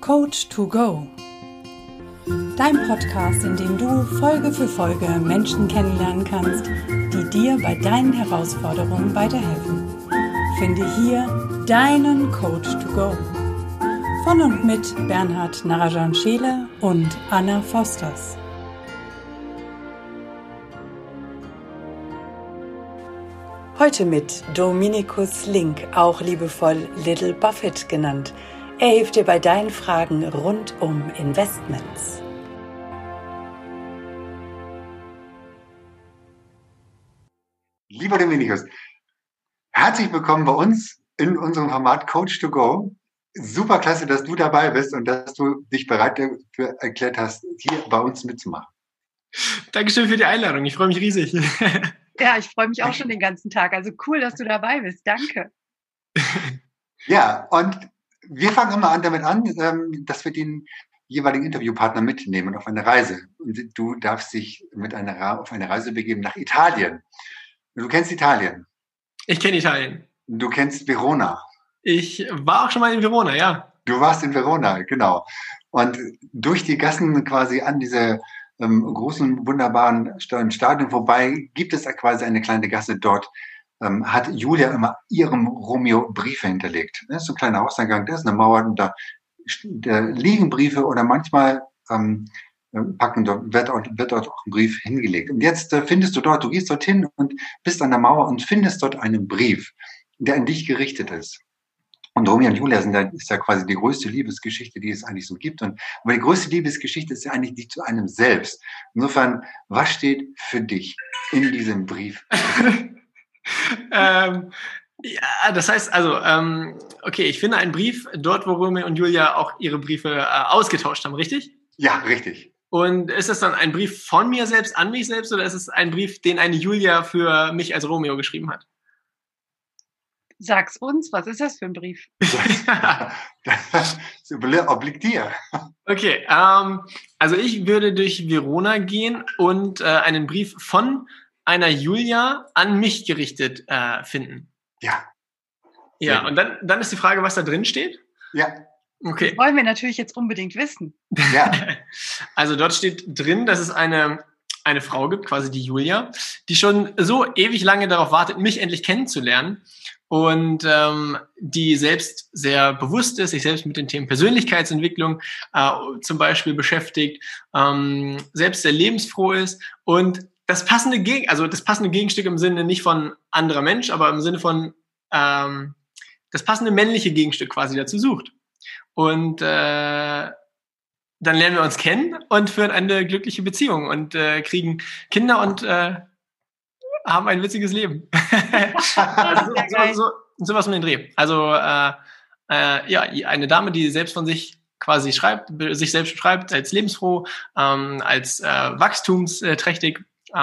Coach to Go. Dein Podcast, in dem du Folge für Folge Menschen kennenlernen kannst, die dir bei deinen Herausforderungen weiterhelfen. Finde hier deinen Coach to Go. Von und mit Bernhard Narajan-Scheele und Anna Fosters. Heute mit Dominikus Link, auch liebevoll Little Buffett genannt. Er hilft dir bei deinen Fragen rund um Investments. Lieber Dominikus, herzlich willkommen bei uns in unserem Format Coach to Go. Super klasse, dass du dabei bist und dass du dich bereit dafür erklärt hast, hier bei uns mitzumachen. Dankeschön für die Einladung. Ich freue mich riesig. Ja, ich freue mich auch schon den ganzen Tag. Also cool, dass du dabei bist. Danke. Ja, und wir fangen immer damit an, dass wir den jeweiligen Interviewpartner mitnehmen auf eine Reise. Und du darfst dich auf eine Reise begeben nach Italien. Du kennst Italien. Ich kenne Italien. Du kennst Verona. Ich war auch schon mal in Verona, ja. Du warst in Verona, genau. Und durch die Gassen quasi an diese großen, wunderbaren Stadion vorbei gibt es quasi eine kleine Gasse dort. Hat Julia immer ihrem Romeo Briefe hinterlegt. Das ist so ein kleiner Hauseingang, da ist eine Mauer und da liegen Briefe oder manchmal wird dort auch ein Brief hingelegt. Und jetzt findest du dort, du gehst dorthin und bist an der Mauer und findest dort einen Brief, der an dich gerichtet ist. Und Romeo und Julia ist ja quasi die größte Liebesgeschichte, die es eigentlich so gibt. Aber die größte Liebesgeschichte ist ja eigentlich die zu einem selbst. Insofern, was steht für dich in diesem Brief? Ja, das heißt also, okay, ich finde einen Brief dort, wo Romeo und Julia auch ihre Briefe ausgetauscht haben, richtig? Ja, richtig. Und ist das dann ein Brief von mir selbst an mich selbst oder ist es ein Brief, den eine Julia für mich als Romeo geschrieben hat? Sag's uns, was ist das für ein Brief? Das obliegt dir. Okay, also ich würde durch Verona gehen und einen Brief von einer Julia an mich gerichtet finden. Ja. Ja, und dann ist die Frage, was da drin steht? Ja. Okay. Das wollen wir natürlich jetzt unbedingt wissen. Ja. Also dort steht drin, dass es eine Frau gibt, quasi die Julia, die schon so ewig lange darauf wartet, mich endlich kennenzulernen und die selbst sehr bewusst ist, sich selbst mit den Themen Persönlichkeitsentwicklung zum Beispiel beschäftigt, selbst sehr lebensfroh ist und das passende Gegenstück im Sinne nicht von anderer Mensch, aber im Sinne von das passende männliche Gegenstück quasi dazu sucht. Und dann lernen wir uns kennen und führen eine glückliche Beziehung und kriegen Kinder und haben ein witziges Leben. Sowas um den Dreh. Also ja, eine Dame, die selbst von sich quasi sich selbst beschreibt als lebensfroh, als wachstumsträchtig,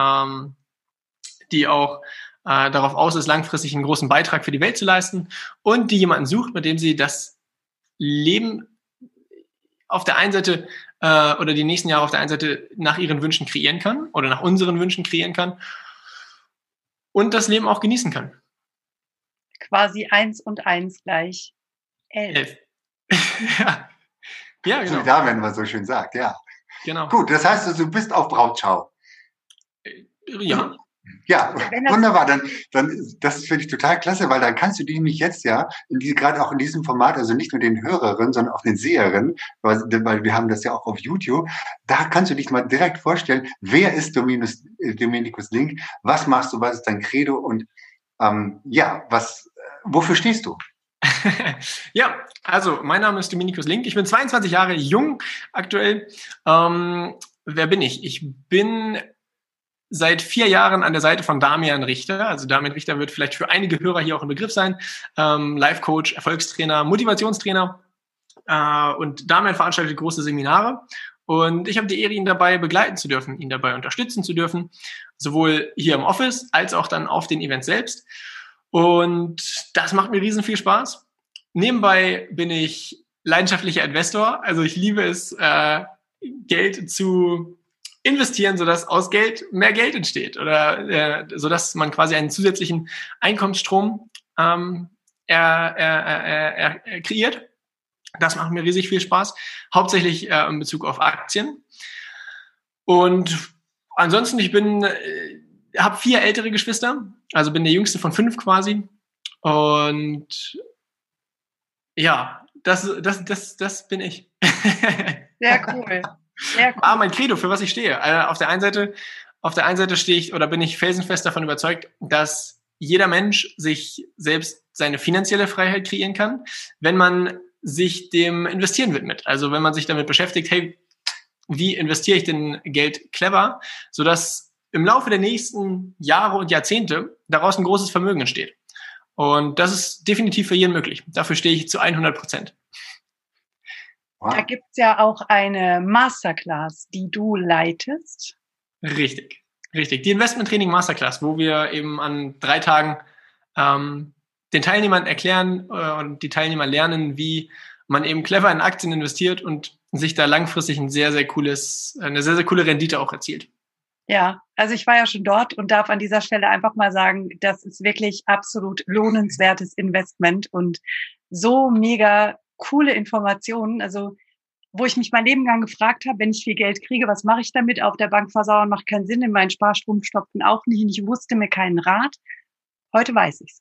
die auch darauf aus ist, langfristig einen großen Beitrag für die Welt zu leisten und die jemanden sucht, mit dem sie das Leben auf der einen Seite oder die nächsten Jahre auf der einen Seite nach ihren Wünschen kreieren kann oder nach unseren Wünschen kreieren kann und das Leben auch genießen kann. Quasi 1 und 1 gleich 11. Ja, genau. So, da, wenn man so schön sagt, ja. Genau. Gut, das heißt, du bist auf Brautschau. Ja. Ja, wunderbar. Dann das finde ich total klasse, weil dann kannst du dich nämlich jetzt ja gerade auch in diesem Format, also nicht nur den Hörerinnen, sondern auch den Seherinnen, weil wir haben das ja auch auf YouTube, da kannst du dich mal direkt vorstellen, wer ist Dominikus Link, was machst du, was ist dein Credo und wofür stehst du? Ja, also mein Name ist Dominikus Link, ich bin 22 Jahre jung aktuell. Wer bin ich? Ich bin seit 4 Jahren an der Seite von Damian Richter. Also Damian Richter wird vielleicht für einige Hörer hier auch ein Begriff sein. Life-Coach, Erfolgstrainer, Motivationstrainer. Und Damian veranstaltet große Seminare. Und ich habe die Ehre, ihn dabei begleiten zu dürfen, ihn dabei unterstützen zu dürfen. Sowohl hier im Office als auch dann auf den Events selbst. Und das macht mir riesen viel Spaß. Nebenbei bin ich leidenschaftlicher Investor. Also ich liebe es, Geld zu investieren, sodass aus Geld mehr Geld entsteht oder sodass man quasi einen zusätzlichen Einkommensstrom kreiert. Das macht mir riesig viel Spaß, hauptsächlich in Bezug auf Aktien. Und ansonsten, habe 4 ältere Geschwister, also bin der jüngste von 5 quasi. Und ja, das bin ich. Sehr cool. Sehr cool. Mein Credo, für was ich stehe. Auf der einen Seite stehe ich oder bin ich felsenfest davon überzeugt, dass jeder Mensch sich selbst seine finanzielle Freiheit kreieren kann, wenn man sich dem Investieren widmet. Also wenn man sich damit beschäftigt, hey, wie investiere ich denn Geld clever, sodass im Laufe der nächsten Jahre und Jahrzehnte daraus ein großes Vermögen entsteht. Und das ist definitiv für jeden möglich. Dafür stehe ich zu 100%. Da gibt's ja auch eine Masterclass, die du leitest. Richtig. Die Investment-Training Masterclass, wo wir eben an 3 Tagen den Teilnehmern erklären und die Teilnehmer lernen, wie man eben clever in Aktien investiert und sich da langfristig eine sehr, sehr coole Rendite auch erzielt. Ja, also ich war ja schon dort und darf an dieser Stelle einfach mal sagen, das ist wirklich absolut lohnenswertes Investment und so mega coole Informationen. Also wo ich mich mein Leben lang gefragt habe, wenn ich viel Geld kriege, was mache ich damit? Auf der Bank versauern macht keinen Sinn, in meinen Sparstrumpf stopfen auch nicht. Und ich wusste mir keinen Rat. Heute weiß ich's.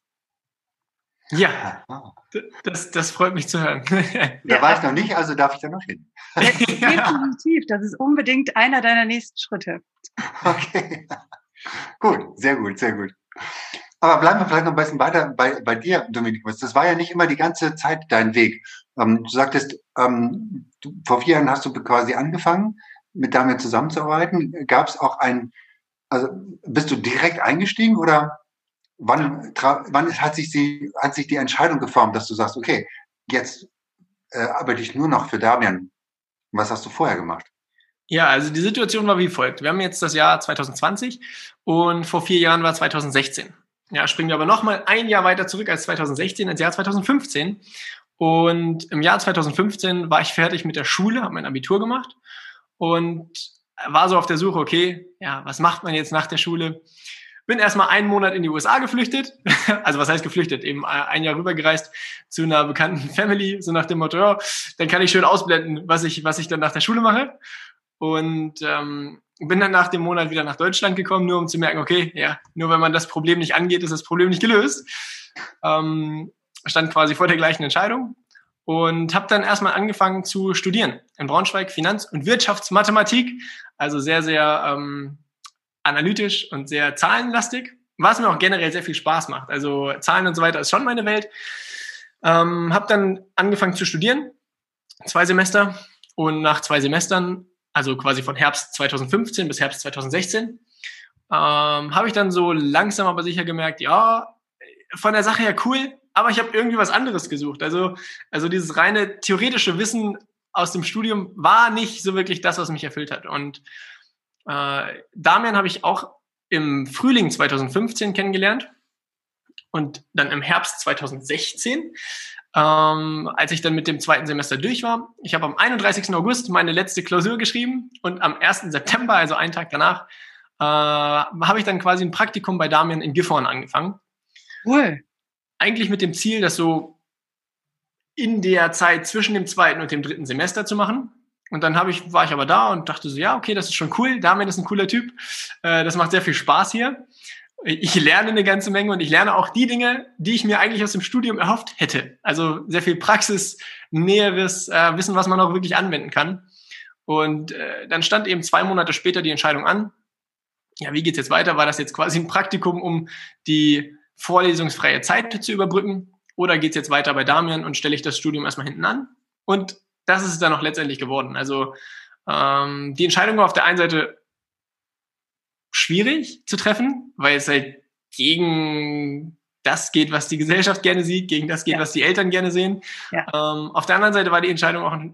Ja, das freut mich zu hören. Da war ich noch nicht, also darf ich da noch hin. Definitiv, das ist unbedingt einer deiner nächsten Schritte. Okay, gut, sehr gut, sehr gut. Aber bleiben wir vielleicht noch ein bisschen weiter bei dir, Dominikus. Das war ja nicht immer die ganze Zeit dein Weg. Du sagtest, vor 4 Jahren hast du quasi angefangen, mit Damian zusammenzuarbeiten. Gab es auch also bist du direkt eingestiegen oder wann hat sich die Entscheidung geformt, dass du sagst, okay, jetzt arbeite ich nur noch für Damian. Was hast du vorher gemacht? Ja, also die Situation war wie folgt. Wir haben jetzt das Jahr 2020 und vor 4 Jahren war 2016. Ja, springen wir aber nochmal ein Jahr weiter zurück als 2016, ins Jahr 2015. Und im Jahr 2015 war ich fertig mit der Schule, habe mein Abitur gemacht und war so auf der Suche, okay, ja, was macht man jetzt nach der Schule? Bin erstmal 1 Monat in die USA geflüchtet. Also was heißt geflüchtet? Eben 1 Jahr rübergereist zu einer bekannten Family, so nach dem Motto, ja, dann kann ich schön ausblenden, was ich dann nach der Schule mache. Und bin dann nach dem Monat wieder nach Deutschland gekommen, nur um zu merken, okay, ja, nur wenn man das Problem nicht angeht, ist das Problem nicht gelöst. Stand quasi vor der gleichen Entscheidung und habe dann erstmal angefangen zu studieren. In Braunschweig Finanz- und Wirtschaftsmathematik, also sehr, sehr analytisch und sehr zahlenlastig, was mir auch generell sehr viel Spaß macht. Also Zahlen und so weiter ist schon meine Welt. Habe dann angefangen zu studieren, 2 Semester und nach 2 Semestern, also quasi von Herbst 2015 bis Herbst 2016, habe ich dann so langsam aber sicher gemerkt, ja, von der Sache her cool, aber ich habe irgendwie was anderes gesucht. Also dieses reine theoretische Wissen aus dem Studium war nicht so wirklich das, was mich erfüllt hat. Und Damian habe ich auch im Frühling 2015 kennengelernt und dann im Herbst 2016, als ich dann mit dem 2. Semester durch war. Ich habe am 31. August meine letzte Klausur geschrieben und am 1. September, also einen Tag danach, habe ich dann quasi ein Praktikum bei Damian in Gifhorn angefangen. Cool. Eigentlich mit dem Ziel, das so in der Zeit zwischen dem 2. und dem 3. Semester zu machen. Und dann war ich aber da und dachte so, ja, okay, das ist schon cool. Damian ist ein cooler Typ. Das macht sehr viel Spaß hier. Ich lerne eine ganze Menge und ich lerne auch die Dinge, die ich mir eigentlich aus dem Studium erhofft hätte. Also sehr viel Praxis, näheres Wissen, was man auch wirklich anwenden kann. Und dann stand eben 2 Monate später die Entscheidung an. Ja, wie geht's jetzt weiter? War das jetzt quasi ein Praktikum, um die vorlesungsfreie Zeit zu überbrücken? Oder geht's jetzt weiter bei Damian und stelle ich das Studium erstmal hinten an? Und das ist es dann auch letztendlich geworden. Also die Entscheidung war auf der einen Seite schwierig zu treffen, weil es halt gegen das geht, was die Gesellschaft gerne sieht, gegen das geht, was die Eltern gerne sehen. Ja. Auf der anderen Seite war die Entscheidung auch,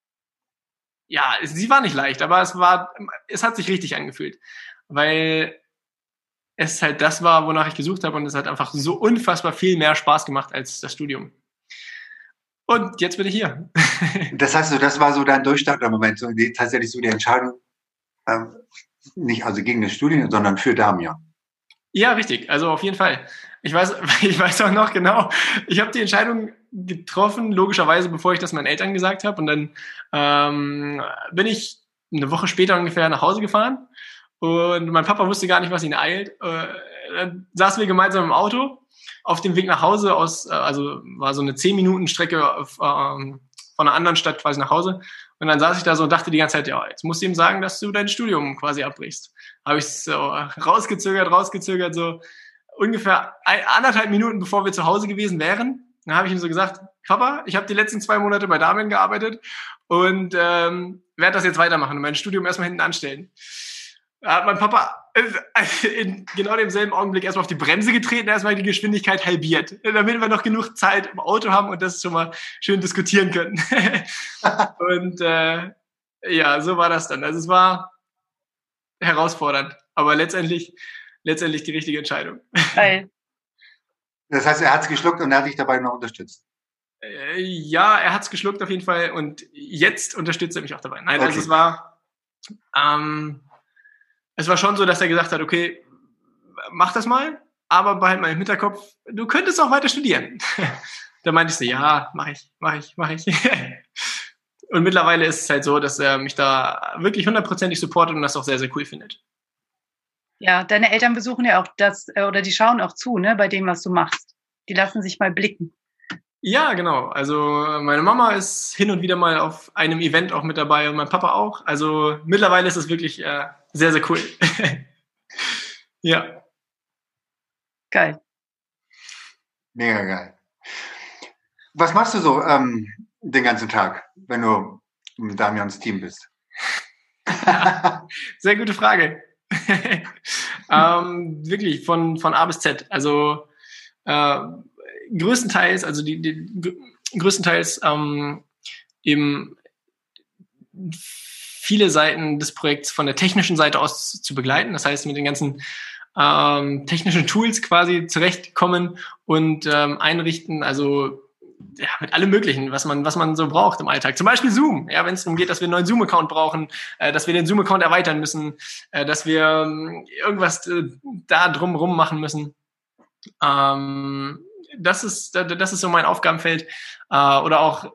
sie war nicht leicht, aber es hat sich richtig angefühlt, weil es halt das war, wonach ich gesucht habe und es hat einfach so unfassbar viel mehr Spaß gemacht als das Studium. Und jetzt bin ich hier. Das heißt, das war so dein Durchstarter-Moment, tatsächlich so die Entscheidung, nicht also gegen das Studium, sondern für Damian. Ja, richtig. Also auf jeden Fall. Ich weiß auch noch genau, ich habe die Entscheidung getroffen, logischerweise, bevor ich das meinen Eltern gesagt habe. Und dann bin ich eine Woche später ungefähr nach Hause gefahren. Und mein Papa wusste gar nicht, was ihn eilt. Dann saßen wir gemeinsam im Auto auf dem Weg nach Hause also war so eine 10-Minuten-Strecke von einer anderen Stadt quasi nach Hause. Und dann saß ich da so und dachte die ganze Zeit, ja, jetzt musst du ihm sagen, dass du dein Studium quasi abbrichst. Habe ich so rausgezögert, so ungefähr 1,5 Minuten, bevor wir zu Hause gewesen wären. Dann habe ich ihm so gesagt, Papa, ich habe die letzten 2 Monate bei Damian gearbeitet und werde das jetzt weitermachen und mein Studium erstmal hinten anstellen. Da hat mein Papa in genau demselben Augenblick erstmal auf die Bremse getreten, erstmal die Geschwindigkeit halbiert, damit wir noch genug Zeit im Auto haben und das schon mal schön diskutieren können. Und ja, so war das dann. Also es war herausfordernd, aber letztendlich die richtige Entscheidung. Geil. Das heißt, er hat es geschluckt und er hat dich dabei noch unterstützt. Ja, er hat es geschluckt auf jeden Fall und jetzt unterstützt er mich auch dabei. Nein, okay. Also es war schon so, dass er gesagt hat, okay, mach das mal, aber behalt mal im Hinterkopf, du könntest auch weiter studieren. Da meinte ich so, ja, mach ich. Und mittlerweile ist es halt so, dass er mich da wirklich 100%ig supportet und das auch sehr, sehr cool findet. Ja, deine Eltern besuchen ja auch oder die schauen auch zu, ne, bei dem, was du machst. Die lassen sich mal blicken. Ja, genau. Also meine Mama ist hin und wieder mal auf einem Event auch mit dabei und mein Papa auch. Also mittlerweile ist es wirklich sehr, sehr cool. Ja. Geil. Mega geil. Was machst du so den ganzen Tag, wenn du mit Damians Team bist? Sehr gute Frage. Wirklich von A bis Z. Also größtenteils, also größtenteils eben viele Seiten des Projekts von der technischen Seite aus zu begleiten. Das heißt, mit den ganzen technischen Tools quasi zurechtkommen und einrichten, also ja, mit allem Möglichen, was man so braucht im Alltag. Zum Beispiel Zoom, ja, wenn es darum geht, dass wir einen neuen Zoom-Account brauchen, dass wir den Zoom-Account erweitern müssen, dass wir irgendwas da drumherum machen müssen. Das ist so mein Aufgabenfeld. Oder auch,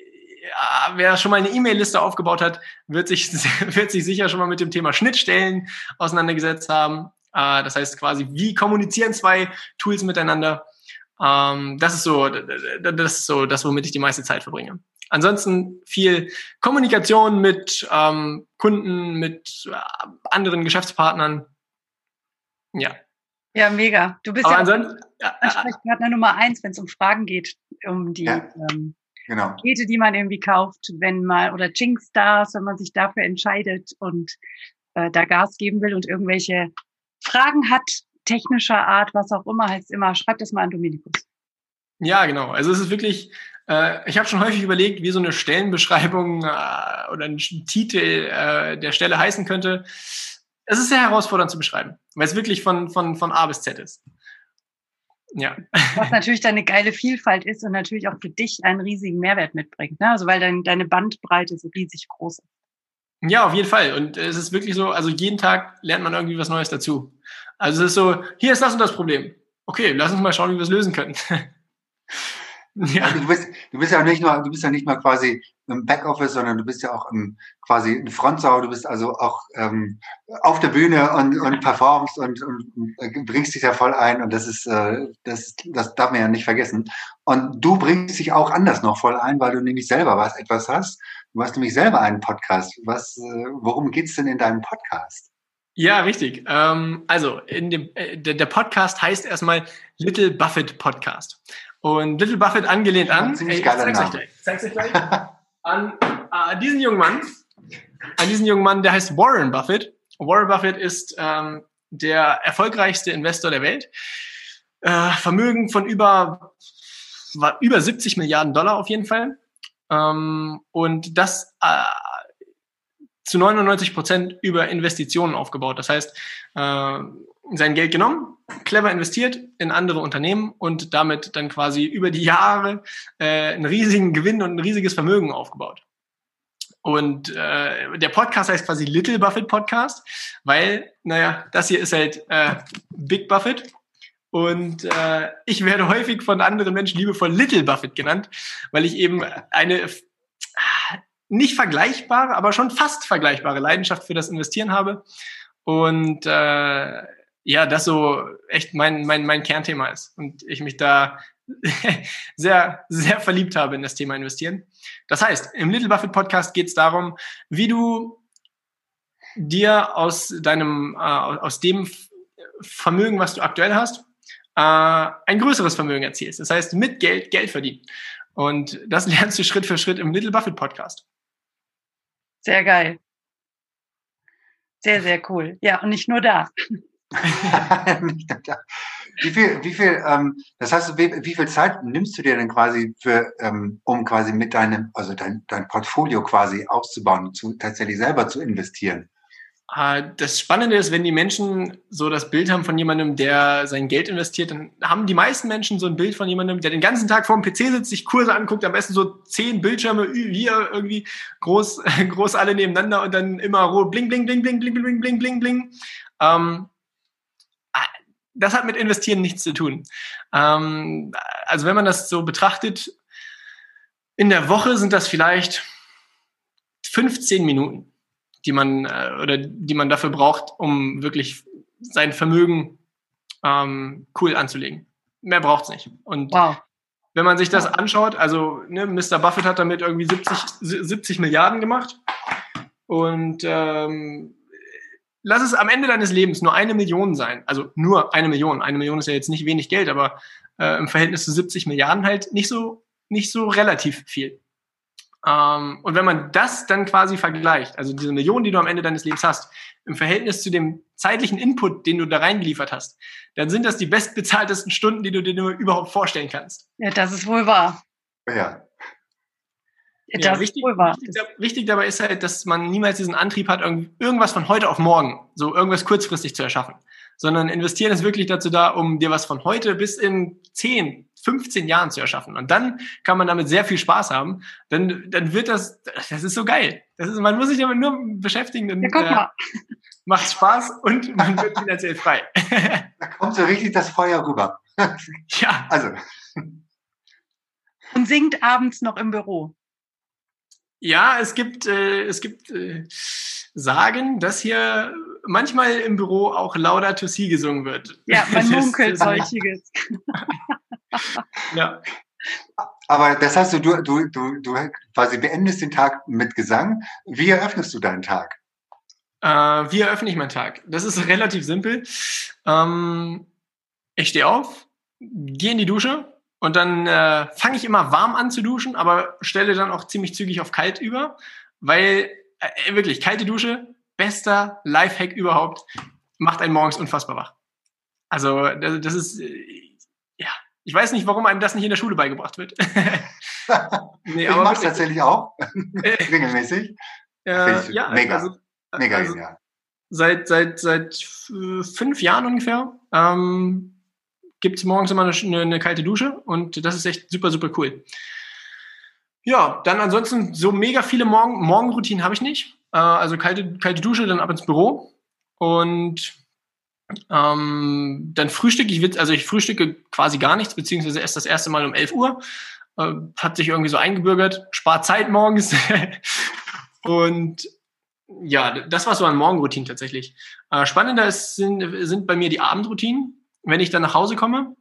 wer schon mal eine E-Mail-Liste aufgebaut hat, wird sich sicher schon mal mit dem Thema Schnittstellen auseinandergesetzt haben. Das heißt quasi, wie kommunizieren 2 Tools miteinander? Das ist so das, womit ich die meiste Zeit verbringe. Ansonsten viel Kommunikation mit Kunden, mit anderen Geschäftspartnern. Ja. Ja, mega. Du bist Ansprechpartner Nummer 1, wenn es um Fragen geht, um die Pakete, die man irgendwie kauft, oder Jinx-Stars, wenn man sich dafür entscheidet und da Gas geben will und irgendwelche Fragen hat, technischer Art, was auch immer, heißt immer, schreib das mal an Dominikus. Ja, genau. Also es ist wirklich, ich habe schon häufig überlegt, wie so eine Stellenbeschreibung oder ein Titel der Stelle heißen könnte. Es ist sehr herausfordernd zu beschreiben, weil es wirklich von A bis Z ist. Ja. Was natürlich deine geile Vielfalt ist und natürlich auch für dich einen riesigen Mehrwert mitbringt, ne? Also weil deine Bandbreite so riesig groß ist. Ja, auf jeden Fall. Und es ist wirklich so, also jeden Tag lernt man irgendwie was Neues dazu. Also es ist so, hier ist das und das Problem. Okay, lass uns mal schauen, wie wir es lösen können. Ja. Also du bist ja nicht nur quasi im Backoffice, sondern du bist ja auch quasi eine Frontsau. Du bist also auch auf der Bühne und performst und bringst dich ja voll ein. Und das darf man ja nicht vergessen. Und du bringst dich auch anders noch voll ein, weil du nämlich selber etwas hast. Du hast nämlich selber einen Podcast. Worum geht's denn in deinem Podcast? Ja, richtig. Also der Podcast heißt erstmal Little Buffett Podcast. Und Little Buffett angelehnt an, ich zeig's euch gleich, an diesen jungen Mann, der heißt Warren Buffett. Warren Buffett ist der erfolgreichste Investor der Welt. Vermögen von über 70 Milliarden Dollar auf jeden Fall. Und das zu 99% über Investitionen aufgebaut. Das heißt, sein Geld genommen, clever investiert in andere Unternehmen und damit dann quasi über die Jahre einen riesigen Gewinn und ein riesiges Vermögen aufgebaut. Und der Podcast heißt quasi Little Buffett Podcast, weil, das hier ist halt Big Buffett Und ich werde häufig von anderen Menschen liebevoll Little Buffett genannt, weil ich eben eine nicht vergleichbare, aber schon fast vergleichbare Leidenschaft für das Investieren habe. Und das so echt mein Kernthema ist. Und ich mich da sehr, sehr verliebt habe in das Thema Investieren. Das heißt, im Little Buffett Podcast geht es darum, wie du dir aus dem Vermögen, was du aktuell hast, ein größeres Vermögen erzielst. Das heißt, mit Geld verdienen. Und das lernst du Schritt für Schritt im Little Buffett Podcast. Sehr geil. Sehr, sehr cool. Ja, und nicht nur da. Das heißt, wie viel Zeit nimmst du dir denn quasi um quasi mit dein Portfolio quasi auszubauen, tatsächlich selber zu investieren? Das Spannende ist, wenn die Menschen so das Bild haben von jemandem, der sein Geld investiert, dann haben die meisten Menschen so ein Bild von jemandem, der den ganzen Tag vor dem PC sitzt, sich Kurse anguckt, am besten so 10 Bildschirme hier irgendwie groß alle nebeneinander und dann immer rot, bling, bling, bling, bling, bling, bling, bling, bling, bling. Das hat mit Investieren nichts zu tun. Also wenn man das so betrachtet, in der Woche sind das vielleicht 15 Minuten, die man dafür braucht, um wirklich sein Vermögen cool anzulegen. Mehr braucht's nicht. Und wenn man sich das anschaut, also Mr. Buffett hat damit irgendwie 70 Milliarden gemacht und lass es am Ende deines Lebens nur 1 Million sein. Also nur 1 Million. 1 Million ist ja jetzt nicht wenig Geld, aber im Verhältnis zu 70 Milliarden halt nicht so relativ viel. Und wenn man das dann quasi vergleicht, also diese Million, die du am Ende deines Lebens hast, im Verhältnis zu dem zeitlichen Input, den du da reingeliefert hast, dann sind das die bestbezahltesten Stunden, die du dir nur überhaupt vorstellen kannst. Ja, das ist wohl wahr. Ja. Das ist wohl wahr. Wichtig dabei ist halt, dass man niemals diesen Antrieb hat, irgendwas von heute auf morgen, so irgendwas kurzfristig zu erschaffen. Sondern investieren ist wirklich dazu da, um dir was von heute bis in 10, 15 Jahren zu erschaffen. Und dann kann man damit sehr viel Spaß haben. Dann wird das ist so geil. Man muss sich damit nur beschäftigen. Dann macht Spaß und man wird finanziell frei. Da kommt so richtig das Feuer rüber. Ja. Also. Und singt abends noch im Büro. Ja, es gibt Sagen, dass hier manchmal im Büro auch Laudato Si gesungen wird. Ja, man munkelt solches. Ja. Aber das heißt, du quasi beendest den Tag mit Gesang. Wie eröffnest du deinen Tag? Wie eröffne ich meinen Tag? Das ist relativ simpel. Ich stehe auf, gehe in die Dusche und dann fange ich immer warm an zu duschen, aber stelle dann auch ziemlich zügig auf kalt über, weil wirklich kalte Dusche, bester Lifehack überhaupt, macht einen morgens unfassbar wach. Also das ist, ich weiß nicht, warum einem das nicht in der Schule beigebracht wird. Nee, ich mache es tatsächlich auch, regelmäßig. Mega, also, mega genial. Seit 5 Jahren ungefähr gibt es morgens immer eine kalte Dusche und das ist echt super, super cool. Ja, dann ansonsten so mega viele Morgenroutinen habe ich nicht. Also kalte Dusche, dann ab ins Büro und dann frühstücke ich. Also ich frühstücke quasi gar nichts, beziehungsweise erst das erste Mal um 11 Uhr. Hat sich irgendwie so eingebürgert, spart Zeit morgens. Und ja, das war so ein Morgenroutine tatsächlich. Spannender sind bei mir die Abendroutinen. Wenn ich dann nach Hause komme,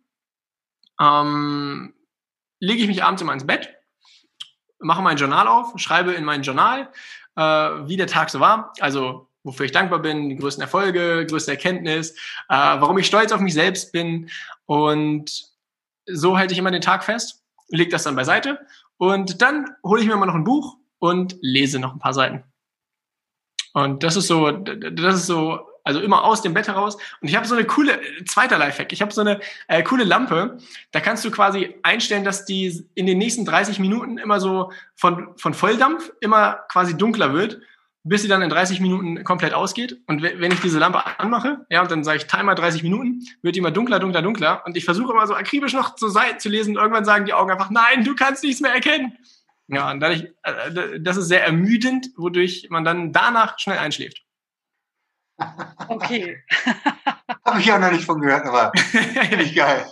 lege ich mich abends immer ins Bett, mache mein Journal auf, schreibe in mein Journal, wie der Tag so war, also wofür ich dankbar bin, die größten Erfolge, größte Erkenntnis, warum ich stolz auf mich selbst bin, und so halte ich immer den Tag fest, lege das dann beiseite und dann hole ich mir immer noch ein Buch und lese noch ein paar Seiten. Und das ist so, also immer aus dem Bett heraus. Und ich habe so eine coole, zweiter Lifehack, ich habe so eine coole Lampe, da kannst du quasi einstellen, dass die in den nächsten 30 Minuten immer so von Volldampf immer quasi dunkler wird, bis sie dann in 30 Minuten komplett ausgeht. Und wenn ich diese Lampe anmache, ja, und dann sage ich Timer 30 Minuten, wird die immer dunkler, dunkler, dunkler. Und ich versuche immer so akribisch noch zur Seite zu lesen und irgendwann sagen die Augen einfach, nein, du kannst nichts mehr erkennen. Ja, und dadurch, das ist sehr ermüdend, wodurch man dann danach schnell einschläft. Okay. Habe ich auch noch nicht von gehört, aber finde ich geil.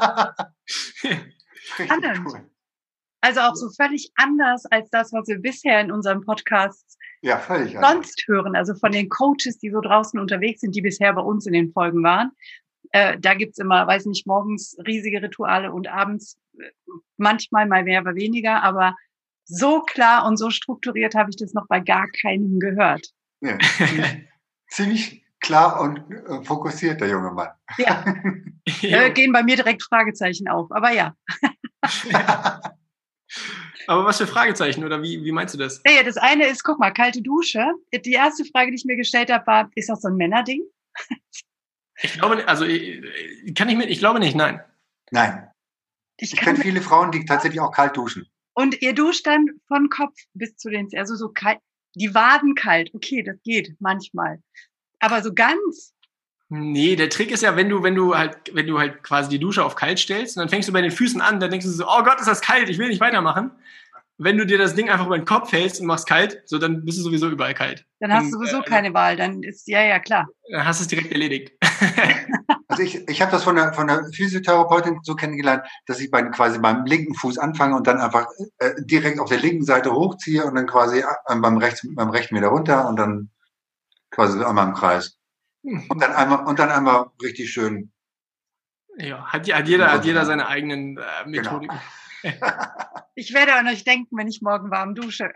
Spannend. Cool. Also auch so völlig anders als das, was wir bisher in unserem Podcast sonst hören. Also von den Coaches, die so draußen unterwegs sind, die bisher bei uns in den Folgen waren. Da gibt's immer, weiß nicht, morgens riesige Rituale und abends manchmal mal mehr, aber weniger. Aber so klar und so strukturiert habe ich das noch bei gar keinem gehört. Ja, ziemlich klar und fokussiert, der junge Mann. Ja, gehen bei mir direkt Fragezeichen auf, aber ja. Aber was für Fragezeichen oder wie meinst du das? Ja, das eine ist, guck mal, kalte Dusche. Die erste Frage, die ich mir gestellt habe, war, ist das so ein Männerding? Ich glaube, also ich glaube nicht, nein. Nein. Ich kenne viele Frauen, die tatsächlich auch kalt duschen. Und ihr duscht dann von Kopf bis zu den, also so kalt, die Waden kalt. Okay, das geht manchmal. Aber so ganz. Nee, der Trick ist ja, wenn du halt quasi die Dusche auf kalt stellst und dann fängst du bei den Füßen an, dann denkst du so, oh Gott, ist das kalt, ich will nicht weitermachen. Wenn du dir das Ding einfach über den Kopf hältst und machst kalt, so dann bist du sowieso überall kalt. Dann hast du sowieso keine Wahl, dann ist, ja, klar. Dann hast du es direkt erledigt. Also ich habe das von der Physiotherapeutin so kennengelernt, dass ich quasi beim linken Fuß anfange und dann einfach direkt auf der linken Seite hochziehe und dann quasi beim rechten wieder runter und dann quasi einmal im Kreis. Und dann einmal richtig schön. Ja, hat jeder seine eigenen Methodiken. Genau. Ich werde an euch denken, wenn ich morgen warm dusche.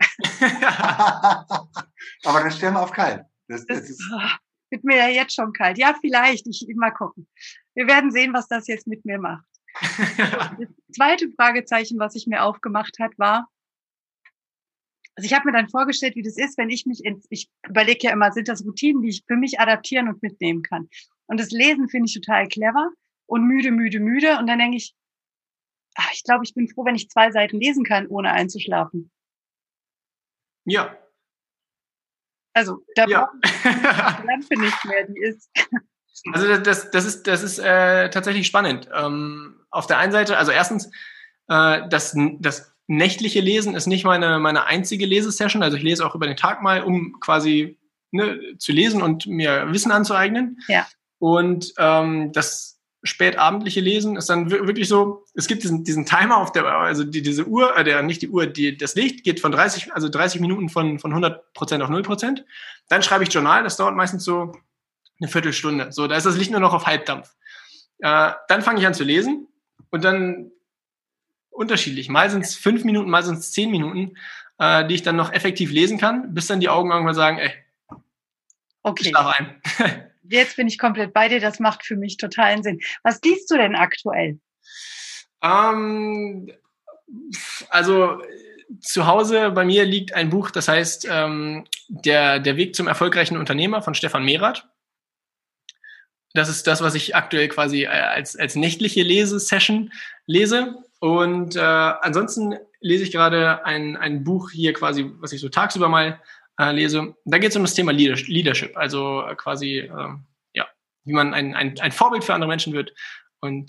Aber dann stellen wir auf kalt. Das wird mir ja jetzt schon kalt. Ja, vielleicht. Ich mal gucken. Wir werden sehen, was das jetzt mit mir macht. Das zweite Fragezeichen, was ich mir aufgemacht hat, war, also ich habe mir dann vorgestellt, wie das ist, wenn ich überlege ja immer, sind das Routinen, die ich für mich adaptieren und mitnehmen kann. Und das Lesen finde ich total clever und müde. Und dann denke ich, ich glaube, ich bin froh, wenn ich 2 Seiten lesen kann, ohne einzuschlafen. Ja. Also, da brauche ich die Lampe nicht mehr, die ist. Also, das ist tatsächlich spannend. Auf der einen Seite, also erstens, das nächtliche Lesen ist nicht meine einzige Lesesession. Also, ich lese auch über den Tag mal, um quasi zu lesen und mir Wissen anzueignen. Ja. Und das spätabendliche Lesen ist dann wirklich so, es gibt diesen Timer auf der, also diese Uhr, nicht die Uhr, das Licht geht von 30 Minuten von 100% auf 0%. Dann schreibe ich Journal, das dauert meistens so eine Viertelstunde. So, da ist das Licht nur noch auf Halbdampf. Dann fange ich an zu lesen und dann unterschiedlich. Mal sind es 5 Minuten, mal sind es 10 Minuten, die ich dann noch effektiv lesen kann, bis dann die Augen irgendwann sagen, okay. Schlaf ein. Jetzt bin ich komplett bei dir, das macht für mich totalen Sinn. Was liest du denn aktuell? Also zu Hause bei mir liegt ein Buch, das heißt Der Weg zum erfolgreichen Unternehmer von Stefan Merath. Das ist das, was ich aktuell quasi als nächtliche Lesesession lese. Und ansonsten lese ich gerade ein Buch hier quasi, was ich so tagsüber mal lese. Da geht es um das Thema Leadership, also quasi wie man ein Vorbild für andere Menschen wird und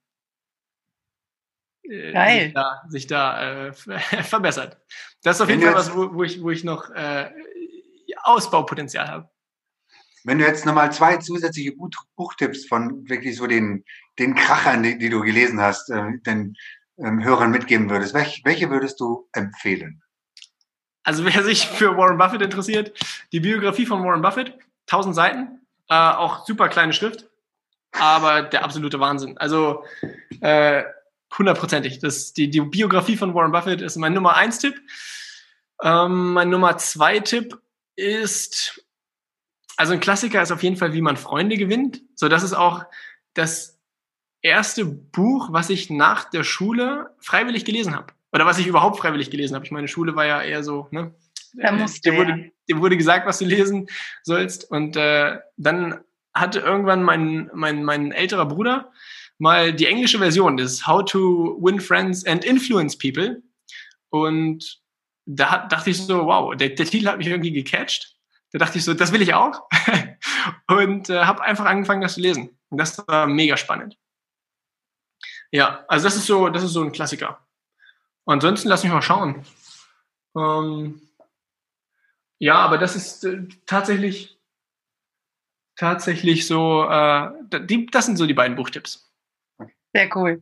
sich da verbessert. Das ist auf jeden Fall was, wo ich noch Ausbaupotenzial habe. Wenn du jetzt nochmal 2 zusätzliche Buchtipps von wirklich so den Krachern, die du gelesen hast, den Hörern mitgeben würdest, welche würdest du empfehlen? Also wer sich für Warren Buffett interessiert, die Biografie von Warren Buffett, 1000 Seiten, auch super kleine Schrift, aber der absolute Wahnsinn. Also 100%ig. Die Biografie von Warren Buffett ist mein Nummer 1 Tipp. Mein Nummer 2 Tipp ist, also ein Klassiker ist auf jeden Fall, wie man Freunde gewinnt. So, das ist auch das erste Buch, was ich nach der Schule freiwillig gelesen habe. Oder was ich überhaupt freiwillig gelesen habe. Ich meine, Schule war ja eher so, ne? Dir wurde gesagt, was du lesen sollst. Und dann hatte irgendwann mein älterer Bruder mal die englische Version des How to Win Friends and Influence People. Und da dachte ich so, wow, der Titel hat mich irgendwie gecatcht. Da dachte ich so, das will ich auch. Und habe einfach angefangen, das zu lesen. Und das war mega spannend. Ja, also das ist so ein Klassiker. Ansonsten lass mich mal schauen. Ja, aber das ist tatsächlich tatsächlich so, das sind so die beiden Buchtipps. Sehr cool.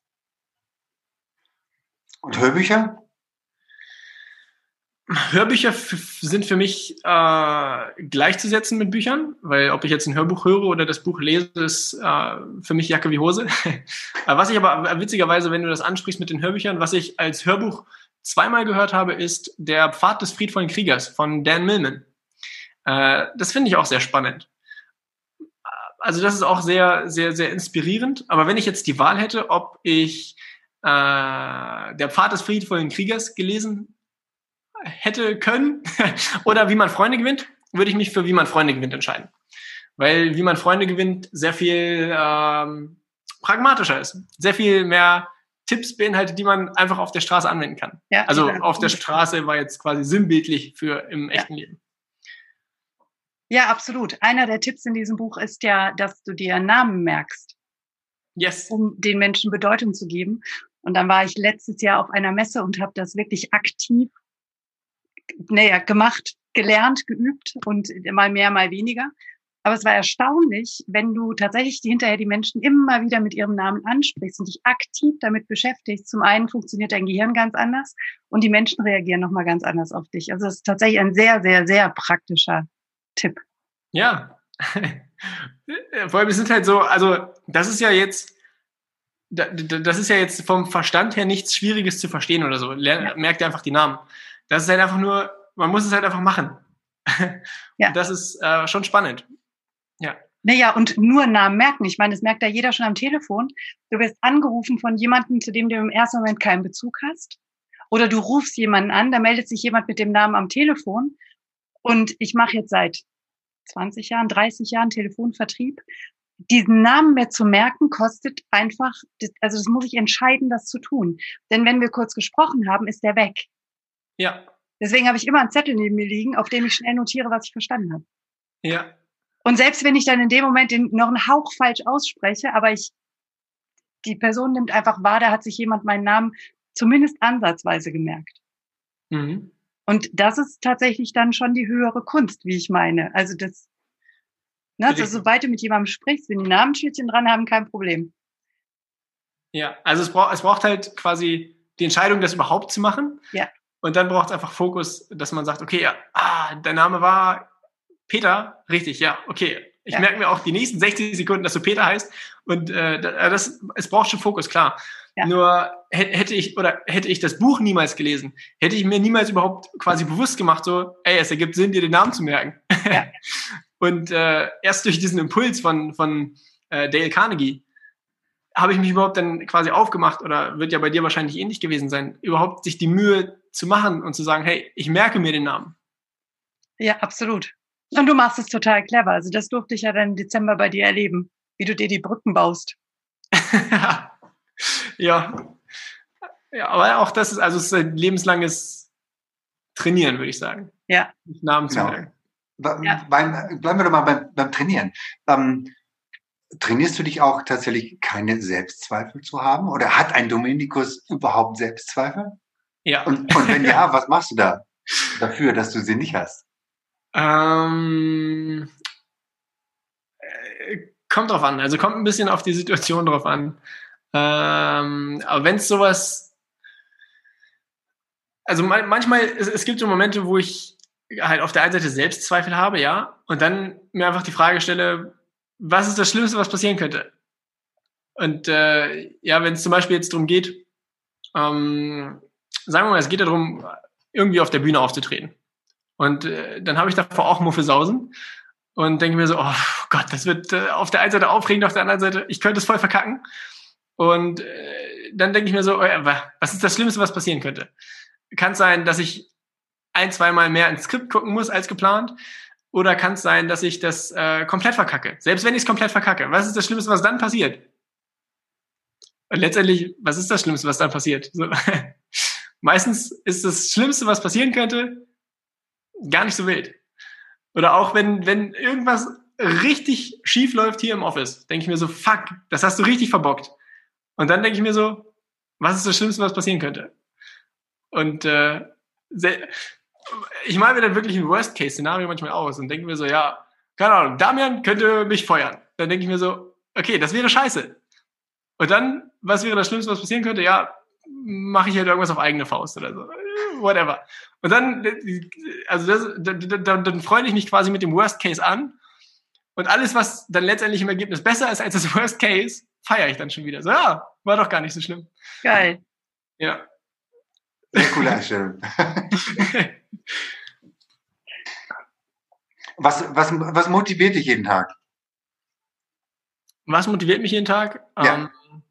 Und Hörbücher? Hörbücher sind für mich gleichzusetzen mit Büchern, weil ob ich jetzt ein Hörbuch höre oder das Buch lese, ist für mich Jacke wie Hose. Was ich aber witzigerweise, wenn du das ansprichst mit den Hörbüchern, was ich als Hörbuch zweimal gehört habe, ist Der Pfad des friedvollen Kriegers von Dan Millman. Das finde ich auch sehr spannend. Also das ist auch sehr, sehr, sehr inspirierend. Aber wenn ich jetzt die Wahl hätte, ob ich Der Pfad des friedvollen Kriegers gelesen hätte können oder Wie man Freunde gewinnt, würde ich mich für Wie man Freunde gewinnt entscheiden. Weil Wie man Freunde gewinnt sehr viel pragmatischer ist. Sehr viel mehr Tipps beinhaltet, die man einfach auf der Straße anwenden kann. Ja, also auf der Straße war jetzt quasi sinnbildlich für im echten Leben. Ja, absolut. Einer der Tipps in diesem Buch ist ja, dass du dir Namen merkst. Yes. Um den Menschen Bedeutung zu geben. Und dann war ich letztes Jahr auf einer Messe und habe das wirklich aktiv gemacht, gelernt, geübt und mal mehr, mal weniger. Aber es war erstaunlich, wenn du tatsächlich hinterher die Menschen immer wieder mit ihrem Namen ansprichst und dich aktiv damit beschäftigst. Zum einen funktioniert dein Gehirn ganz anders und die Menschen reagieren nochmal ganz anders auf dich. Also es ist tatsächlich ein sehr, sehr, sehr praktischer Tipp. Ja. Vor allem, es sind halt so, also das ist ja jetzt vom Verstand her nichts Schwieriges zu verstehen oder so. Merkt ihr einfach die Namen. Das ist halt einfach nur, man muss es halt einfach machen. Ja. Und das ist schon spannend. Ja. Naja, und nur Namen merken. Ich meine, das merkt ja jeder schon am Telefon. Du wirst angerufen von jemandem, zu dem du im ersten Moment keinen Bezug hast. Oder du rufst jemanden an, da meldet sich jemand mit dem Namen am Telefon. Und ich mache jetzt seit 20 Jahren, 30 Jahren Telefonvertrieb. Diesen Namen mir zu merken, kostet einfach, also das muss ich entscheiden, das zu tun. Denn wenn wir kurz gesprochen haben, ist der weg. Ja. Deswegen habe ich immer einen Zettel neben mir liegen, auf dem ich schnell notiere, was ich verstanden habe. Ja. Und selbst wenn ich dann in dem Moment noch einen Hauch falsch ausspreche, aber die Person nimmt einfach wahr, da hat sich jemand meinen Namen zumindest ansatzweise gemerkt. Mhm. Und das ist tatsächlich dann schon die höhere Kunst, wie ich meine. Also also sobald du mit jemandem sprichst, wenn die Namensschildchen dran haben, kein Problem. Ja, also es braucht halt quasi die Entscheidung, das überhaupt zu machen. Ja. Und dann braucht es einfach Fokus, dass man sagt, okay, ja, dein Name war Peter, richtig, ja, okay. Ich merke mir auch die nächsten 60 Sekunden, dass du Peter heißt. Und es braucht schon Fokus, klar. Ja. Nur hätte ich das Buch niemals gelesen, hätte ich mir niemals überhaupt quasi bewusst gemacht, so, es ergibt Sinn, dir den Namen zu merken. Ja. Und erst durch diesen Impuls von Dale Carnegie habe ich mich überhaupt dann quasi aufgemacht, oder wird ja bei dir wahrscheinlich ähnlich gewesen sein, überhaupt sich die Mühe zu machen und zu sagen, hey, ich merke mir den Namen. Ja, absolut. Und du machst es total clever. Also das durfte ich ja dann im Dezember bei dir erleben, wie du dir die Brücken baust. Ja, aber auch das ist, also es ist ein lebenslanges Trainieren, würde ich sagen. Ja. Namen zu merken. Bleiben wir doch mal beim Trainieren. Trainierst du dich auch tatsächlich, keine Selbstzweifel zu haben? Oder hat ein Dominikus überhaupt Selbstzweifel? Ja. Und wenn ja, was machst du da dafür, dass du sie nicht hast? Kommt drauf an. Also kommt ein bisschen auf die Situation drauf an. Aber wenn es sowas, also manchmal, es gibt so Momente, wo ich halt auf der einen Seite Selbstzweifel habe, ja, und dann mir einfach die Frage stelle, was ist das Schlimmste, was passieren könnte? Und wenn es zum Beispiel jetzt darum geht, sagen wir mal, es geht darum, irgendwie auf der Bühne aufzutreten. Und dann habe ich davor auch Muffelsausen und denke mir so, oh Gott, das wird auf der einen Seite aufregend, auf der anderen Seite, ich könnte es voll verkacken. Und dann denke ich mir so, was ist das Schlimmste, was passieren könnte? Kann es sein, dass ich 1-2 Mal mehr ins Skript gucken muss als geplant? Oder kann es sein, dass ich das komplett verkacke? Selbst wenn ich es komplett verkacke, was ist das Schlimmste, was dann passiert? Und letztendlich, was ist das Schlimmste, was dann passiert? So. Meistens ist das Schlimmste, was passieren könnte, gar nicht so wild. Oder auch wenn irgendwas richtig schief läuft hier im Office, denke ich mir so, fuck, das hast du richtig verbockt. Und dann denke ich mir so, was ist das Schlimmste, was passieren könnte? Und ich male mir dann wirklich ein Worst-Case-Szenario manchmal aus und denke mir so, ja, keine Ahnung, Damian könnte mich feuern. Dann denke ich mir so, okay, das wäre scheiße. Und dann, was wäre das Schlimmste, was passieren könnte? Ja, mache ich halt irgendwas auf eigene Faust oder so. Whatever. Und dann, also dann freue ich mich quasi mit dem Worst Case an. Und alles, was dann letztendlich im Ergebnis besser ist als das Worst Case, feiere ich dann schon wieder. So, ja, war doch gar nicht so schlimm. Geil. Ja. Sehr coole Einstellung. Was motiviert dich jeden Tag? Was motiviert mich jeden Tag? Ja.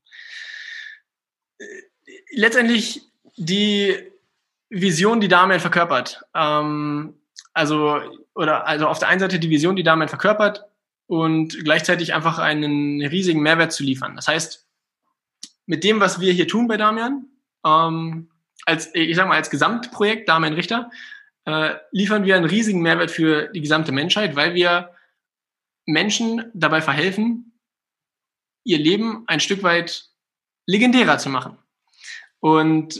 Letztendlich die Vision, die Damian verkörpert. Also auf der einen Seite die Vision, die Damian verkörpert und gleichzeitig einfach einen riesigen Mehrwert zu liefern. Das heißt, mit dem, was wir hier tun bei Damian, als Gesamtprojekt Damian Richter, liefern wir einen riesigen Mehrwert für die gesamte Menschheit, weil wir Menschen dabei verhelfen, ihr Leben ein Stück weit legendärer zu machen. Und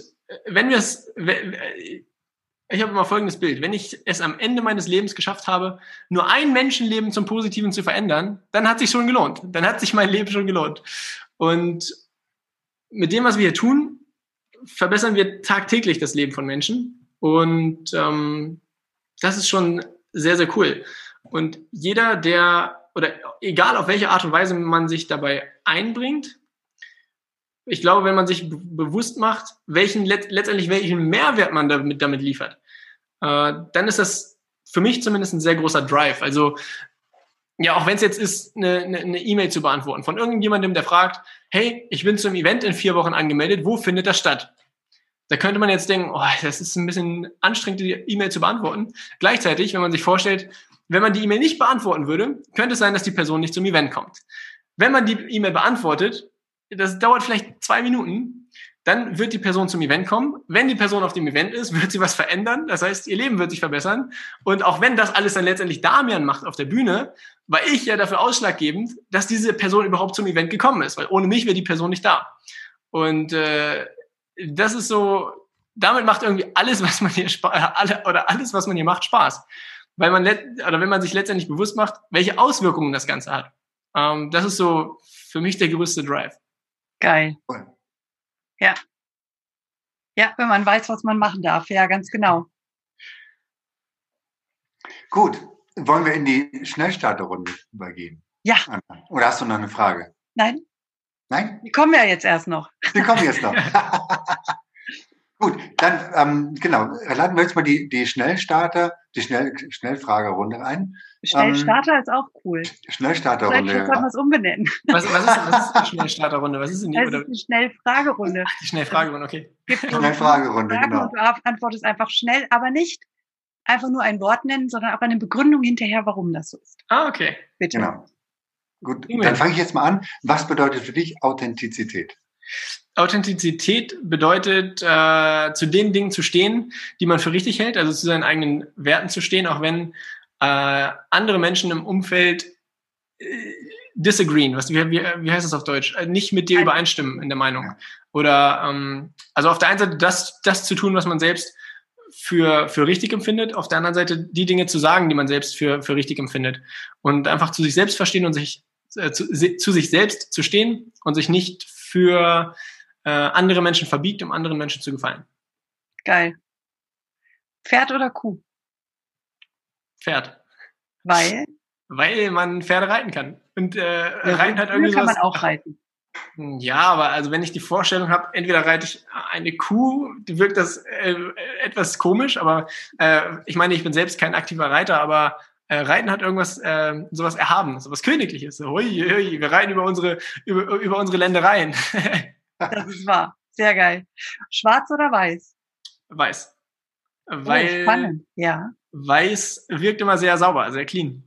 ich habe immer folgendes Bild: Wenn ich es am Ende meines Lebens geschafft habe, nur ein Menschenleben zum Positiven zu verändern, dann hat sich schon gelohnt. Dann hat sich mein Leben schon gelohnt. Und mit dem, was wir hier tun, verbessern wir tagtäglich das Leben von Menschen. Und das ist schon sehr, sehr cool. Und jeder, egal auf welche Art und Weise man sich dabei einbringt, ich glaube, wenn man sich bewusst macht, welchen Mehrwert man damit liefert, dann ist das für mich zumindest ein sehr großer Drive. Also, ja, auch wenn es jetzt ist, eine E-Mail zu beantworten von irgendjemandem, der fragt, hey, ich bin zum Event in 4 Wochen angemeldet, wo findet das statt? Da könnte man jetzt denken, oh, das ist ein bisschen anstrengend, die E-Mail zu beantworten. Gleichzeitig, wenn man sich vorstellt, wenn man die E-Mail nicht beantworten würde, könnte es sein, dass die Person nicht zum Event kommt. Wenn man die E-Mail beantwortet, das dauert vielleicht 2 Minuten, dann wird die Person zum Event kommen. Wenn die Person auf dem Event ist, wird sie was verändern. Das heißt, ihr Leben wird sich verbessern. Und auch wenn das alles dann letztendlich Damian macht auf der Bühne, war ich ja dafür ausschlaggebend, dass diese Person überhaupt zum Event gekommen ist. Weil ohne mich wäre die Person nicht da. Und das ist so, damit macht irgendwie alles, was man hier alles, was man hier macht, Spaß. Weil wenn man sich letztendlich bewusst macht, welche Auswirkungen das Ganze hat. Das ist so für mich der größte Drive. Geil. Ja. Ja, wenn man weiß, was man machen darf. Ja, ganz genau. Gut. Wollen wir in die Schnellstarterrunde übergehen? Ja. Oder hast du noch eine Frage? Nein. Nein? Die kommen ja jetzt erst noch. Die kommen jetzt noch. Gut, dann laden wir jetzt mal die Schnellstarter, die Schnellfragerunde ein. Schnellstarter ist auch cool. Schnellstarterrunde. Vielleicht sollten wir es umbenennen. Was ist die Schnellstarterrunde? Was ist denn die? Das ist eine Schnellfragerunde. Die Schnellfragerunde, okay. Schnellfragerunde, genau. Und du antwortest einfach schnell, aber nicht einfach nur ein Wort nennen, sondern auch eine Begründung hinterher, warum das so ist. Ah, okay. Bitte. Genau. Gut, dann fange ich jetzt mal an. Was bedeutet für dich Authentizität? Authentizität bedeutet, zu den Dingen zu stehen, die man für richtig hält, also zu seinen eigenen Werten zu stehen, auch wenn andere Menschen im Umfeld disagreeen. Wie heißt das auf Deutsch? Nicht mit dir übereinstimmen in der Meinung. Oder also auf der einen Seite das zu tun, was man selbst für richtig empfindet, auf der anderen Seite die Dinge zu sagen, die man selbst für richtig empfindet. Und einfach zu sich selbst verstehen und zu sich selbst zu stehen und sich nicht für andere Menschen verbiegt, um anderen Menschen zu gefallen. Geil. Pferd oder Kuh? Pferd. Weil man Pferde reiten kann. Und reiten hat irgendwie kann man auch reiten. Ja, aber also wenn ich die Vorstellung habe, entweder reite ich eine Kuh, die wirkt das etwas komisch, aber ich meine, ich bin selbst kein aktiver Reiter, aber Reiten hat irgendwas, sowas Erhabenes, sowas Königliches. Hui, wir reiten über unsere Ländereien. Das ist wahr. Sehr geil. Schwarz oder weiß? Weiß. Weil spannend, ja. Weiß wirkt immer sehr sauber, sehr clean.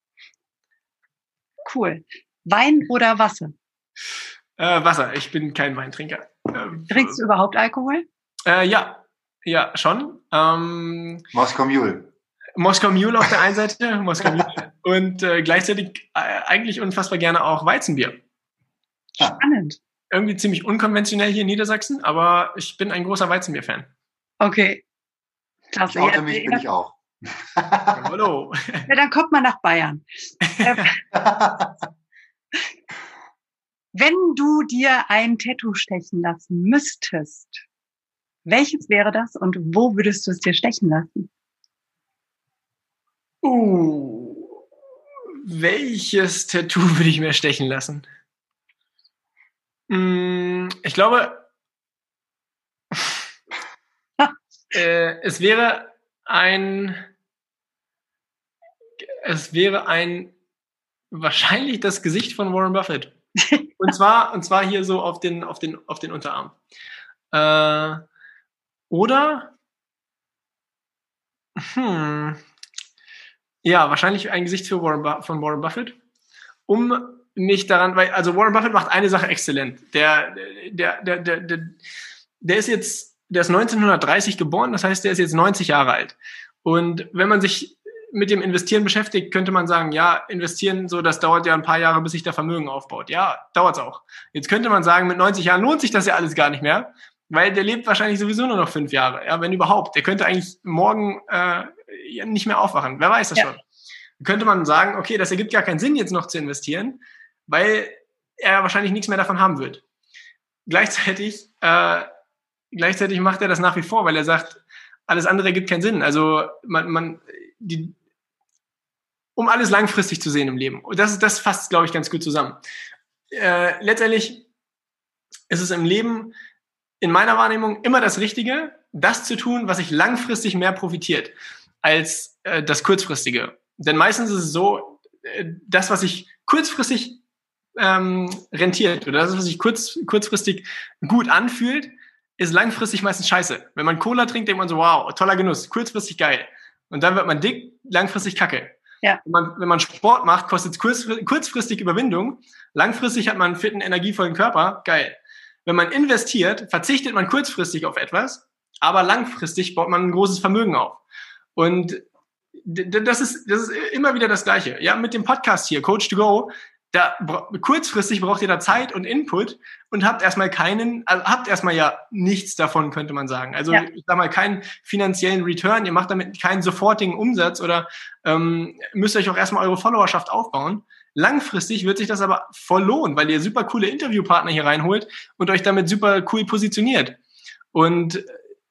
Cool. Wein oder Wasser? Wasser. Ich bin kein Weintrinker. Trinkst du überhaupt Alkohol? Ja, schon. Moskau Mule. Moskau Mule auf der einen Seite, Moskau Mule und gleichzeitig eigentlich unfassbar gerne auch Weizenbier. Spannend. Irgendwie ziemlich unkonventionell hier in Niedersachsen, aber ich bin ein großer Weizenbier-Fan. Okay. Klasse. Ich bin ich auch. Hallo. Ja, dann kommt man nach Bayern. Wenn du dir ein Tattoo stechen lassen müsstest, welches wäre das und wo würdest du es dir stechen lassen? Welches Tattoo würde ich mir stechen lassen? Ich glaube, es wäre wahrscheinlich das Gesicht von Warren Buffett. Und zwar hier so auf den Unterarm. Oder ja, wahrscheinlich ein Gesicht von Warren Buffett, um mich daran, weil, also Warren Buffett macht eine Sache exzellent. Der ist 1930 geboren, das heißt, der ist jetzt 90 Jahre alt. Und wenn man sich mit dem Investieren beschäftigt, könnte man sagen, ja, investieren, so, das dauert ja ein paar Jahre, bis sich der Vermögen aufbaut. Ja, dauert's auch. Jetzt könnte man sagen, mit 90 Jahren lohnt sich das ja alles gar nicht mehr, weil der lebt wahrscheinlich sowieso nur noch 5 Jahre, ja, wenn überhaupt. Der könnte eigentlich morgen nicht mehr aufwachen. Wer weiß das schon? Dann könnte man sagen, okay, das ergibt gar keinen Sinn, jetzt noch zu investieren, weil er wahrscheinlich nichts mehr davon haben wird. Gleichzeitig macht er das nach wie vor, weil er sagt, alles andere ergibt keinen Sinn. Also um alles langfristig zu sehen im Leben. Und das fasst, glaube ich, ganz gut zusammen. Letztendlich ist es im Leben in meiner Wahrnehmung immer das Richtige, das zu tun, was sich langfristig mehr profitiert als das Kurzfristige. Denn meistens ist es so, das, was sich kurzfristig rentiert oder das, was sich kurzfristig gut anfühlt, ist langfristig meistens scheiße. Wenn man Cola trinkt, denkt man so, wow, toller Genuss, kurzfristig geil. Und dann wird man dick, langfristig kacke. Ja. Wenn man Sport macht, kostet es kurzfristig Überwindung. Langfristig hat man einen fitten, energievollen Körper, geil. Wenn man investiert, verzichtet man kurzfristig auf etwas, aber langfristig baut man ein großes Vermögen auf. Und das ist immer wieder das Gleiche. Ja, mit dem Podcast hier, Coach to Go, kurzfristig braucht ihr da Zeit und Input und habt erstmal ja nichts davon, könnte man sagen. Also ich sag mal, keinen finanziellen Return, ihr macht damit keinen sofortigen Umsatz oder müsst euch auch erstmal eure Followerschaft aufbauen. Langfristig wird sich das aber voll lohnen, weil ihr super coole Interviewpartner hier reinholt und euch damit super cool positioniert. Und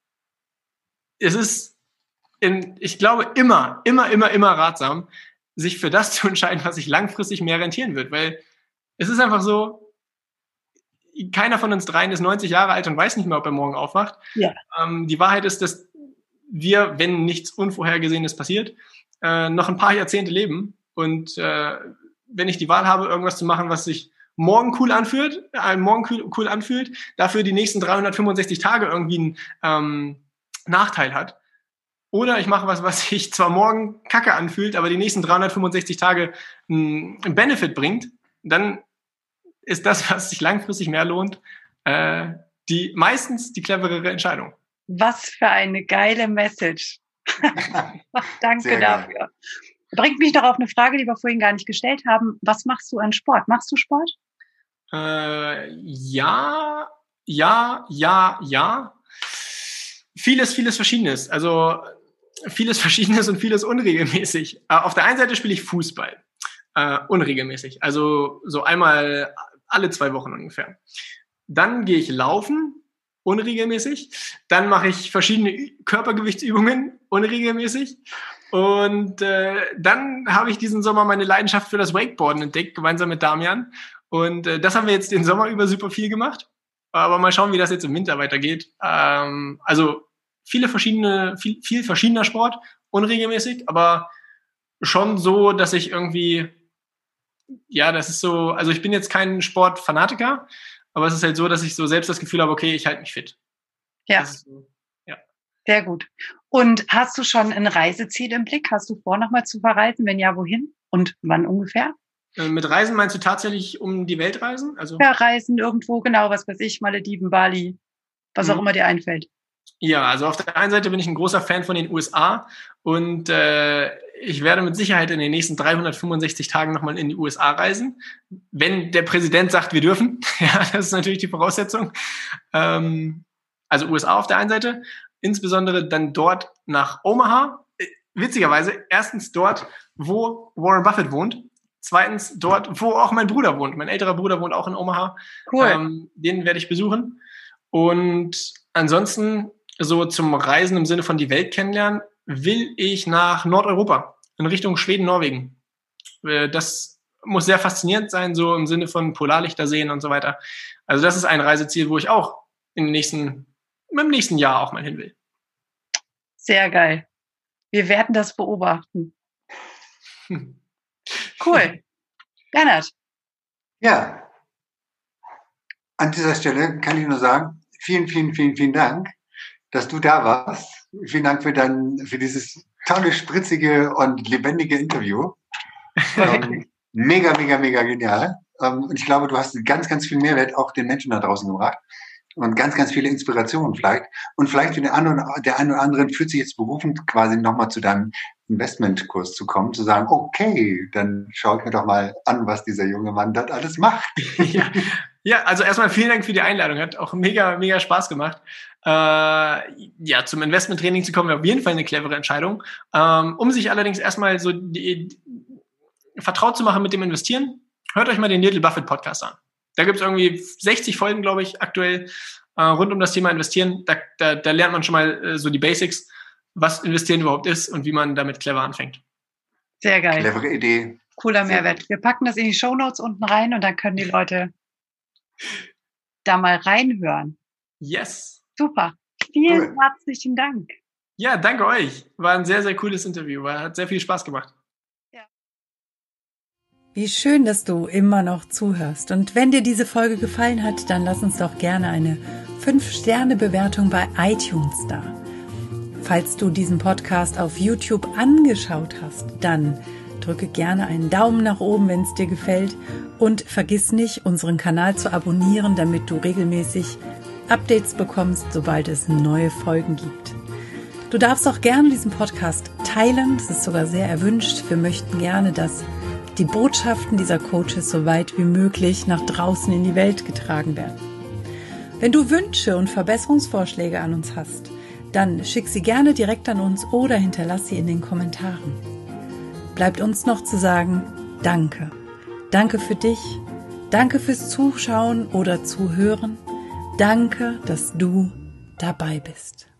es ist, ich glaube, immer ratsam, sich für das zu entscheiden, was sich langfristig mehr rentieren wird. Weil es ist einfach so, keiner von uns dreien ist 90 Jahre alt und weiß nicht mehr, ob er morgen aufwacht. Ja. Die Wahrheit ist, dass wir, wenn nichts Unvorhergesehenes passiert, noch ein paar Jahrzehnte leben. Und wenn ich die Wahl habe, irgendwas zu machen, was sich morgen cool anfühlt, dafür die nächsten 365 Tage irgendwie einen Nachteil hat, oder ich mache was sich zwar morgen kacke anfühlt, aber die nächsten 365 Tage einen Benefit bringt, dann ist das, was sich langfristig mehr lohnt, meistens die cleverere Entscheidung. Was für eine geile Message. Danke dafür. Bringt mich noch auf eine Frage, die wir vorhin gar nicht gestellt haben. Was machst du an Sport? Machst du Sport? Ja. Vieles Verschiedenes. Also vieles Verschiedenes und vieles unregelmäßig. Auf der einen Seite spiele ich Fußball. Unregelmäßig. Also so einmal alle 2 Wochen ungefähr. Dann gehe ich laufen. Unregelmäßig. Dann mache ich verschiedene Körpergewichtsübungen. Unregelmäßig. Und dann habe ich diesen Sommer meine Leidenschaft für das Wakeboarden entdeckt, gemeinsam mit Damian. Und das haben wir jetzt den Sommer über super viel gemacht. Aber mal schauen, wie das jetzt im Winter weitergeht. Also viel verschiedener Sport, unregelmäßig, aber schon so, dass ich irgendwie, ja, das ist so, also ich bin jetzt kein Sportfanatiker, aber es ist halt so, dass ich so selbst das Gefühl habe, okay, ich halte mich fit. Ja. So, ja. Sehr gut. Und hast du schon ein Reiseziel im Blick? Hast du vor, nochmal zu verreisen? Wenn ja, wohin? Und wann ungefähr? Mit Reisen meinst du tatsächlich um die Welt reisen? Also Reisen irgendwo, genau, was weiß ich, Malediven, Bali, was auch immer dir einfällt. Ja, also auf der einen Seite bin ich ein großer Fan von den USA und ich werde mit Sicherheit in den nächsten 365 Tagen nochmal in die USA reisen, wenn der Präsident sagt, wir dürfen. Ja, das ist natürlich die Voraussetzung. Also USA auf der einen Seite, insbesondere dann dort nach Omaha. witzigerweise, erstens dort, wo Warren Buffett wohnt. Zweitens dort, wo auch mein Bruder wohnt. Mein älterer Bruder wohnt auch in Omaha. Cool. Den werde ich besuchen. Und ansonsten, so zum Reisen im Sinne von die Welt kennenlernen, will ich nach Nordeuropa, in Richtung Schweden, Norwegen. Das muss sehr faszinierend sein, so im Sinne von Polarlichter sehen und so weiter. Also das ist ein Reiseziel, wo ich auch im nächsten Jahr auch mal hin will. Sehr geil. Wir werden das beobachten. Cool. Bernhard. Ja, an dieser Stelle kann ich nur sagen, vielen, vielen, vielen, vielen Dank, dass du da warst. Vielen Dank für dieses tolle, spritzige und lebendige Interview. Mega, mega, mega genial. Und ich glaube, du hast ganz, ganz viel Mehrwert auch den Menschen da draußen gebracht. Und ganz, ganz viele Inspirationen vielleicht. Und vielleicht für der einen oder anderen fühlt sich jetzt berufen, quasi nochmal zu deinem Investmentkurs zu kommen, zu sagen, okay, dann schaue ich mir doch mal an, was dieser junge Mann dort alles macht. Ja, also erstmal vielen Dank für die Einladung. Hat auch mega, mega Spaß gemacht. Ja, zum Investmenttraining zu kommen, wäre auf jeden Fall eine clevere Entscheidung. Um sich allerdings erstmal so vertraut zu machen mit dem Investieren, hört euch mal den Little Buffett Podcast an. Da gibt's irgendwie 60 Folgen, glaube ich, aktuell rund um das Thema Investieren. Da lernt man schon mal so die Basics, was Investieren überhaupt ist und wie man damit clever anfängt. Sehr geil. Clevere Idee. Cooler Mehrwert. Wir packen das in die Shownotes unten rein und dann können die Leute da mal reinhören. Yes. Super. Vielen herzlichen Dank. Ja, danke euch. War ein sehr, sehr cooles Interview. Hat sehr viel Spaß gemacht. Wie schön, dass du immer noch zuhörst. Und wenn dir diese Folge gefallen hat, dann lass uns doch gerne eine 5-Sterne-Bewertung bei iTunes da. Falls du diesen Podcast auf YouTube angeschaut hast, dann drücke gerne einen Daumen nach oben, wenn es dir gefällt. Und vergiss nicht, unseren Kanal zu abonnieren, damit du regelmäßig Updates bekommst, sobald es neue Folgen gibt. Du darfst auch gerne diesen Podcast teilen. Das ist sogar sehr erwünscht. Wir möchten gerne, dass die Botschaften dieser Coaches so weit wie möglich nach draußen in die Welt getragen werden. Wenn du Wünsche und Verbesserungsvorschläge an uns hast, dann schick sie gerne direkt an uns oder hinterlass sie in den Kommentaren. Bleibt uns noch zu sagen, danke. Danke für dich, danke fürs Zuschauen oder Zuhören, danke, dass du dabei bist.